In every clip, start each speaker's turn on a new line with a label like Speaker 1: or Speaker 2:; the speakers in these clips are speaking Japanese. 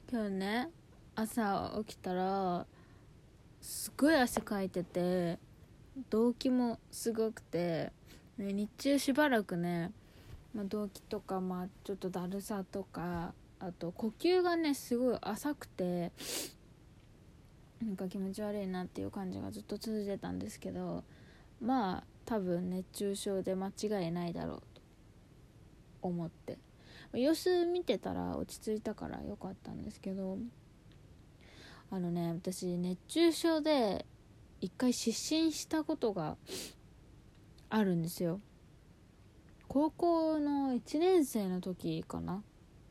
Speaker 1: 今日ね、朝起きたらすごい汗かいてて、動悸もすごくて、日中しばらくね、動悸とか、ちょっとだるさとか、あと呼吸がねすごい浅くて、なんか気持ち悪いなっていう感じがずっと続いてたんですけど、多分熱中症で間違いないだろうと思って、様子見てたら落ち着いたからよかったんですけど、私熱中症で一回失神したことがあるんですよ。高校の1年生の時かな。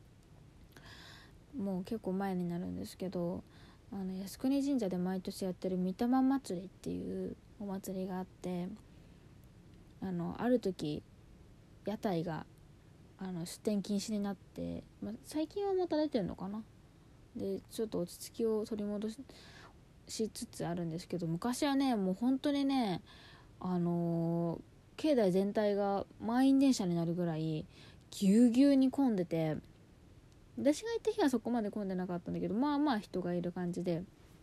Speaker 1: もう結構前になるんですけど、靖国神社で毎年やってる御霊祭りっていうお祭りがあって、ある時屋台が出店禁止になって、最近はまた出てるのかな。でちょっと落ち着きを取り戻しつつあるんですけど、昔はねもう本当にね、境内全体が満員電車になるぐらいぎゅうぎゅうに混んでて、私が行った日はそこまで混んでなかったんだけど、人がいる感じで、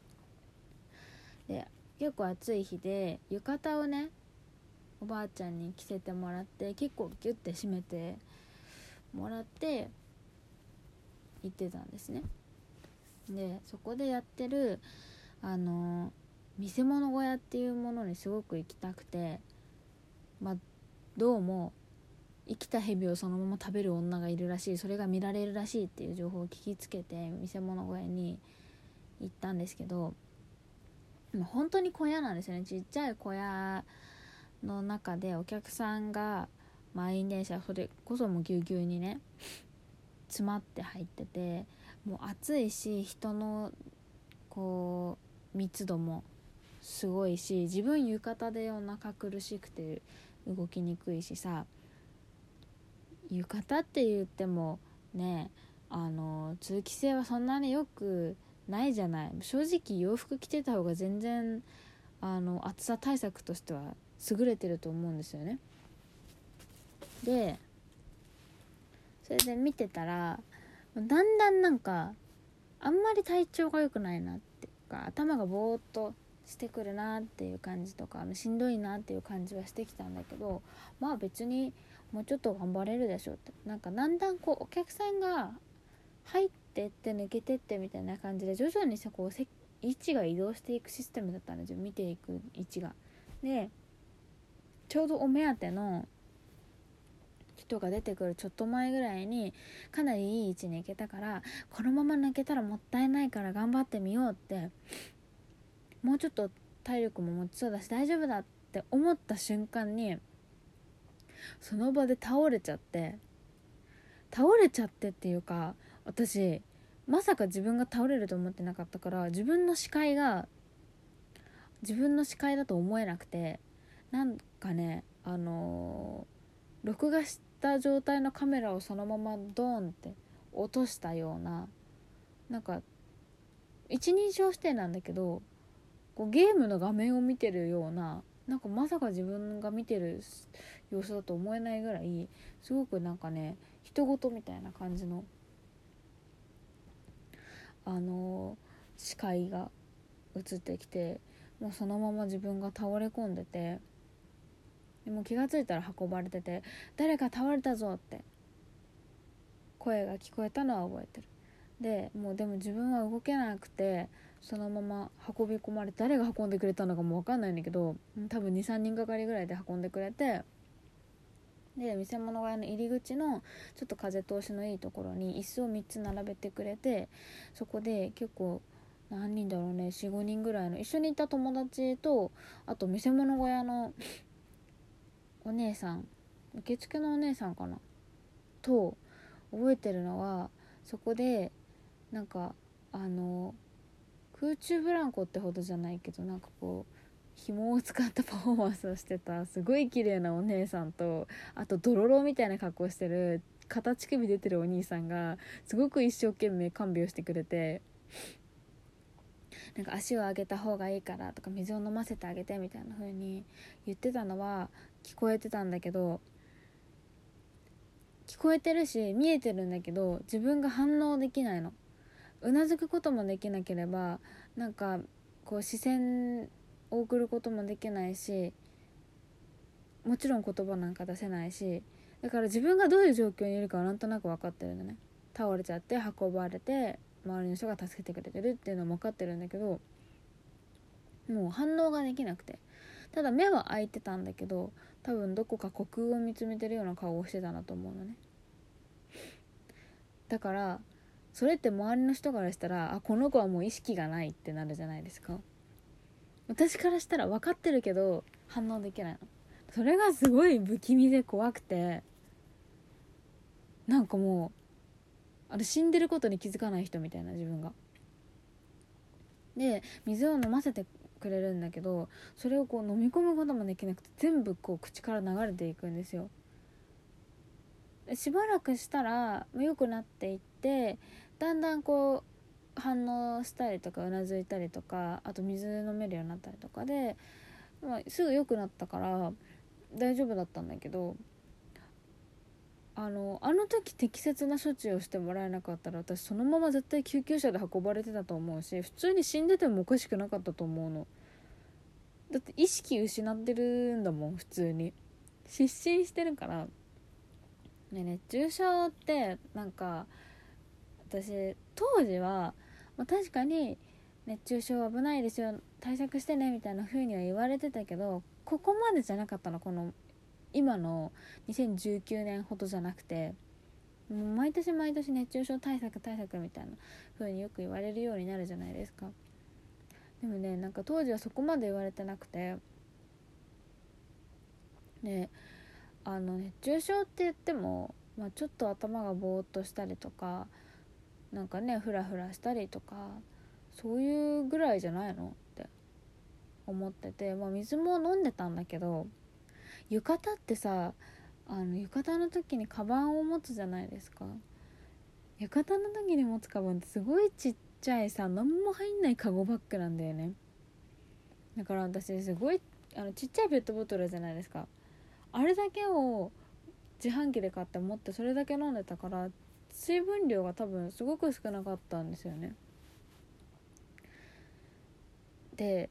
Speaker 1: 結構暑い日で浴衣をねおばあちゃんに着せてもらって、結構ギュッて締めてもらって行ってたんですね。でそこでやってる見せ物小屋っていうものにすごく行きたくて、どうも生きた蛇をそのまま食べる女がいるらしい、それが見られるらしいっていう情報を聞きつけて見せ物小屋に行ったんですけど、本当に小屋なんですよね。ちっちゃい小屋の中でお客さんが満員電車、それこそもうぎゅうぎゅうにね詰まって入ってて、もう暑いし人のこう密度もすごいし、自分浴衣でお腹苦しくて動きにくいしさ、浴衣って言ってもね、通気性はそんなに良くないじゃない。正直洋服着てた方が全然暑さ対策としては優れてると思うんですよね。でそれで見てたら、だんだんなんかあんまり体調が良くないなっていうか、頭がぼーっとしてくるなっていう感じとか、しんどいなっていう感じはしてきたんだけど、別にもうちょっと頑張れるでしょって、なんかだんだんこうお客さんが入ってって抜けてってみたいな感じで徐々にこう位置が移動していくシステムだったんですよ、見ていく位置が。でちょうどお目当ての人が出てくるちょっと前ぐらいにかなりいい位置に行けたから、このまま抜けたらもったいないから頑張ってみようって、もうちょっと体力も持ちそうだし大丈夫だって思った瞬間にその場で倒れちゃってっていうか、私まさか自分が倒れると思ってなかったから、自分の視界だと思えなくて、なんかね録画した状態のカメラをそのままドーンって落としたような、なんか一人称視点なんだけどこうゲームの画面を見てるような、なんかまさか自分が見てる様子だと思えないぐらい、すごくなんかね人事みたいな感じの視界が映ってきて、もうそのまま自分が倒れ込んでて、でも気がついたら運ばれてて、誰か倒れたぞって声が聞こえたのは覚えてる。でも自分は動けなくてそのまま運び込まれて、誰が運んでくれたのかも分かんないんだけど、多分 2,3 人がかりぐらいで運んでくれて、で見せ物小屋の入り口のちょっと風通しのいいところに椅子を3つ並べてくれて、そこで結構何人だろうね、 4,5 人ぐらいの一緒にいた友達と、あと見せ物小屋のお姉さん、受付のお姉さんかなと、覚えてるのはそこでなんか空中ブランコってほどじゃないけど、なんかこう紐を使ったパフォーマンスをしてたすごい綺麗なお姉さんと、あとドロロみたいな格好してる片乳首出てるお兄さんがすごく一生懸命看病してくれて、なんか足を上げた方がいいからとか水を飲ませてあげてみたいな風に言ってたのは聞こえてたんだけど、聞こえてるし見えてるんだけど自分が反応できないの。 うなずくこともできなければなんかこう視線を送ることもできないし、もちろん言葉なんか出せないし、だから自分がどういう状況にいるかはなんとなく分かってるんだね。倒れちゃって運ばれて周りの人が助けてくれてるっていうのも分かってるんだけど、もう反応ができなくて、ただ目は開いてたんだけど、多分どこか虚空を見つめてるような顔をしてたなと思うのね。だからそれって周りの人からしたら、あ、この子はもう意識がないってなるじゃないですか。私からしたら分かってるけど反応できないの。それがすごい不気味で怖くて、なんかもうあれ死んでることに気づかない人みたいな自分が。で水を飲ませてくれるんだけど、それをこう飲み込むこともできなくて、全部こう口から流れていくんですよ。でしばらくしたら良くなっていって、だんだんこう反応したりとかうなずいたりとか、あと水飲めるようになったりとかで、すぐ良くなったから大丈夫だったんだけど、あの時適切な処置をしてもらえなかったら、私そのまま絶対救急車で運ばれてたと思うし、普通に死んでてもおかしくなかったと思うの。だって意識失ってるんだもん、普通に失神してるから、ね、熱中症ってなんか私当時は、確かに熱中症危ないですよ対策してねみたいな風には言われてたけど、ここまでじゃなかったの。この今の2019年ほどじゃなくて、もう毎年毎年熱中症対策みたいな風によく言われるようになるじゃないですか。でもね、なんか当時はそこまで言われてなくて、で熱中症って言っても、ちょっと頭がぼーっとしたりとか、なんかねフラフラしたりとか、そういうぐらいじゃないのって思ってて、水も飲んでたんだけど、浴衣ってさ、浴衣の時にカバンを持つじゃないですか。浴衣の時に持つカバンってすごいちっちゃいさ、何も入んないカゴバッグなんだよね。だから私すごいちっちゃいペットボトルじゃないですか。あれだけを自販機で買って持って、それだけ飲んでたから、水分量が多分すごく少なかったんですよね。で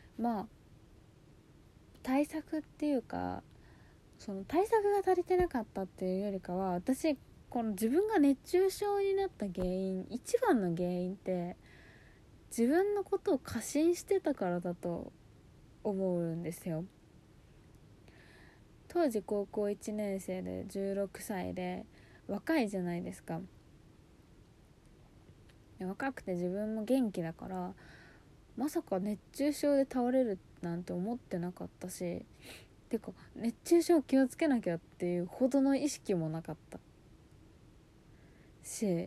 Speaker 1: 対策っていうか、その対策が足りてなかったっていうよりかは、私この自分が熱中症になった原因、一番の原因って自分のことを過信してたからだと思うんですよ。当時高校1年生で16歳で若いじゃないですか。若くて自分も元気だから、まさか熱中症で倒れるなんて思ってなかったし、てか熱中症気をつけなきゃっていうほどの意識もなかったし、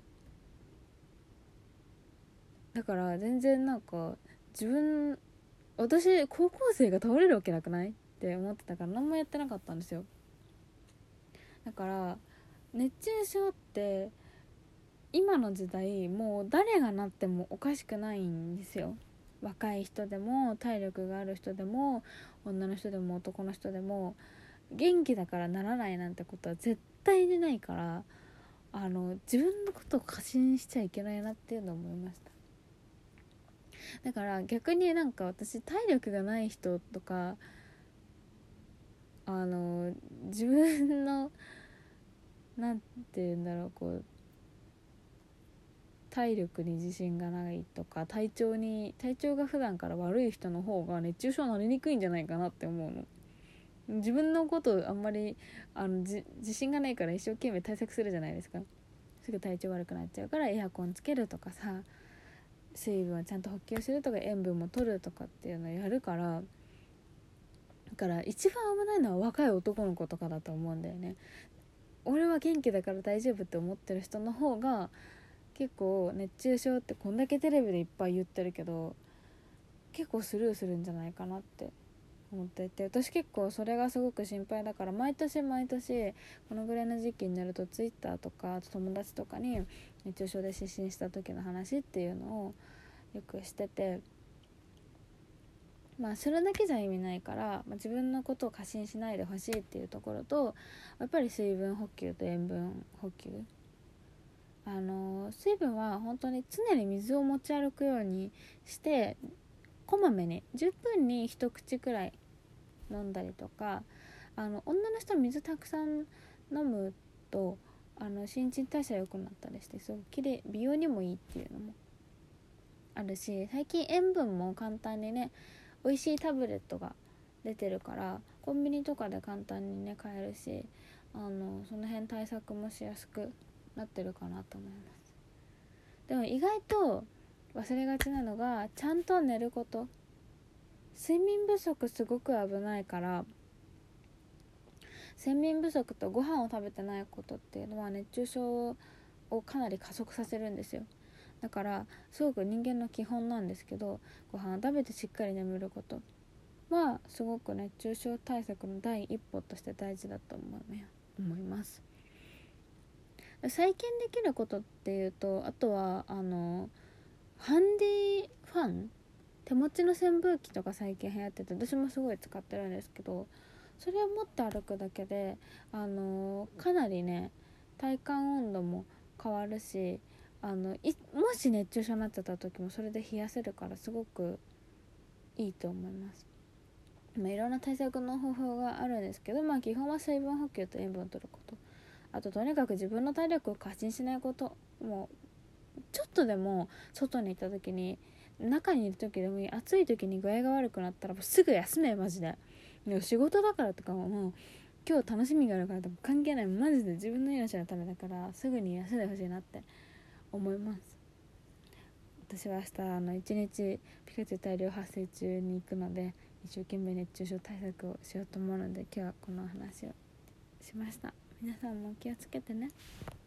Speaker 1: だから全然なんか私高校生が倒れるわけなくないって思ってたから、何もやってなかったんですよ。だから熱中症って今の時代もう誰がなってもおかしくないんですよ。若い人でも体力がある人でも女の人でも男の人でも、元気だからならないなんてことは絶対にないから、自分のことを過信しちゃいけないなっていうのを思いました。だから逆になんか私体力がない人とか、自分のなんていうんだろう、こう体力に自信がないとか、体調が普段から悪い人の方が熱中症になりにくいんじゃないかなって思うの。自分のことあんまり自信がないから一生懸命対策するじゃないですか。すぐ体調悪くなっちゃうからエアコンつけるとかさ、水分をちゃんと補給するとか、塩分も取るとかっていうのをやるから、だから一番危ないのは若い男の子とかだと思うんだよね。俺は元気だから大丈夫って思ってる人の方が結構熱中症ってこんだけテレビでいっぱい言ってるけど結構スルーするんじゃないかなって思っていて、私結構それがすごく心配だから、毎年このぐらいの時期になるとツイッターとか友達とかに熱中症で失神した時の話っていうのをよくしてて、それだけじゃ意味ないから、自分のことを過信しないでほしいっていうところと、やっぱり水分補給と塩分補給水分は本当に常に水を持ち歩くようにして、こまめに10分に一口くらい飲んだりとか、女の人は水たくさん飲むと新陳代謝良くなったりして、すごく綺麗、美容にもいいっていうのもあるし、最近塩分も簡単にね、美味しいタブレットが出てるからコンビニとかで簡単にね買えるし、その辺対策もしやすくなってるかなと思います。でも意外と忘れがちなのが、ちゃんと寝ること。睡眠不足すごく危ないから、睡眠不足とご飯を食べてないことっていうのは熱中症をかなり加速させるんですよ。だからすごく人間の基本なんですけど、ご飯を食べてしっかり眠ることはすごく熱中症対策の第一歩として大事だと思います。最近できることっていうと、あとはハンディファン、手持ちの扇風機とか最近流行ってて、私もすごい使ってるんですけど、それを持って歩くだけでかなりね体感温度も変わるし、もし熱中症になっちゃった時もそれで冷やせるから、すごくいいと思います。いろんな対策の方法があるんですけど、基本は水分補給と塩分を取ること、あととにかく自分の体力を過信しないこと。もうちょっとでも外に行った時に、中にいる時でもいい、暑い時に具合が悪くなったらもうすぐ休め、マジで。仕事だからとかもう今日楽しみがあるからとか関係ない、マジで自分の命のためだからすぐに休んでほしいなって思います。私は明日一日ピカチュウ大量発生中に行くので、一生懸命熱中症対策をしようと思うので、今日はこの話をしました。皆さんも気をつけてね。